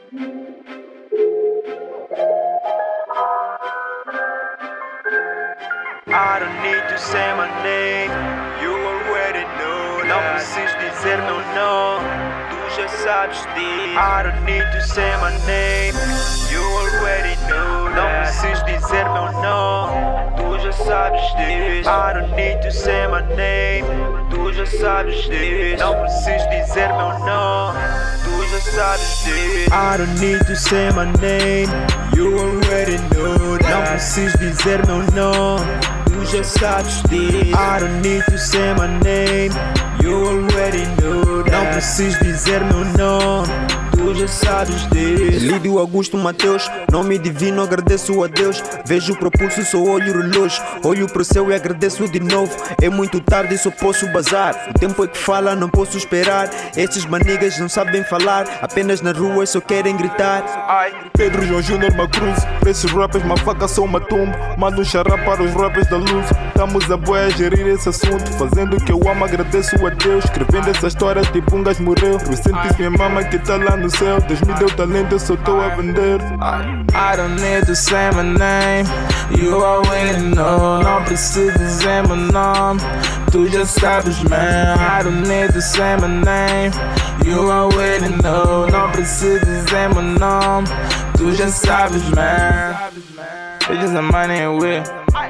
I don't need to say my name, you already know. Não preciso dizer meu nome, tu já sabes disso. I don't need to say my name, you already know. Não preciso dizer meu nome, tu já sabes disso. I don't need to say my name, tu já sabes disso. Não preciso dizer meu nome, tu já sabes disso. I don't need to say my name, you already know. Não preciso dizer meu nome, tu já sabes disso. I don't need to say my name, you already know. Não preciso dizer meu nome, tu já sabes disso. Lídio Augusto Mateus, nome divino, agradeço a Deus. Vejo o propulso, só olho o relógio. Olho pro céu e agradeço de novo. É muito tarde e só posso bazar. O tempo é que fala, não posso esperar. Estes manigas não sabem falar, apenas na rua só querem gritar. Ai, Pedro João Júnior Macruz. Pra esses rappers, uma faca só uma tumba. Mando um xará para os rappers da luz. Estamos a boia a gerir esse assunto, fazendo o que eu amo, agradeço a Deus. Escrevendo essa história tipo um gajo morreu. Recentes minha mama que tá lá no céu. Deus me deu talento, eu só tô a vender. I don't need to say my name, you already know. Não preciso dizer meu nome, tu já sabes, man. I don't need to say my name, you already know. Não preciso dizer meu nome, tu já sabes, man. Bitches and money and weed.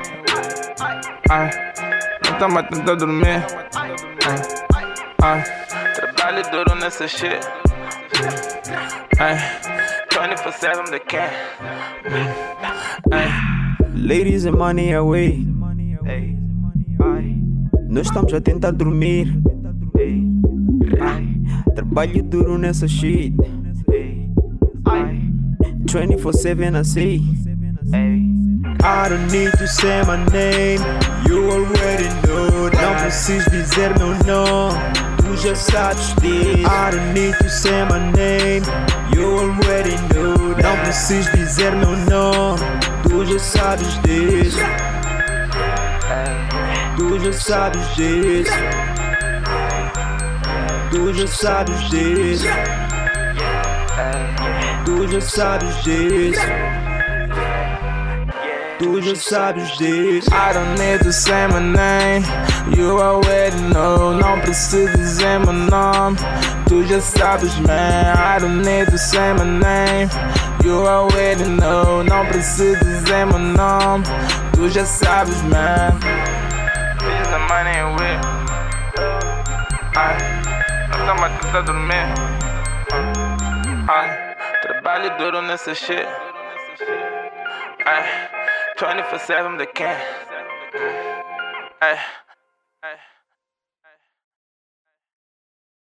Não tamo a tentar dormir. Trabalho duro nessa shit. 24/7 the can. Ladies and money away. Nós estamos a tentar dormir. Trabalho duro nessa shit. 24/7 I say. I don't need to say my name, you already know. Não preciso dizer meu nome, tu já sabes disso. I don't need to say my name, you already know. Não preciso dizer meu nome, tu já sabes disso. Tu já sabes disso. Tu já sabes disso. Tu já sabes disso. Tu já sabes disso. I don't need to say my name, you already know. Não preciso dizer meu nome, tu já sabes, man. I don't need to say my name, you already know. Não preciso dizer meu nome, tu já sabes, man. Bitches and money and weed. Não tamo a tentar dormir. Trabalho duro nessa shit. 24/7 the can.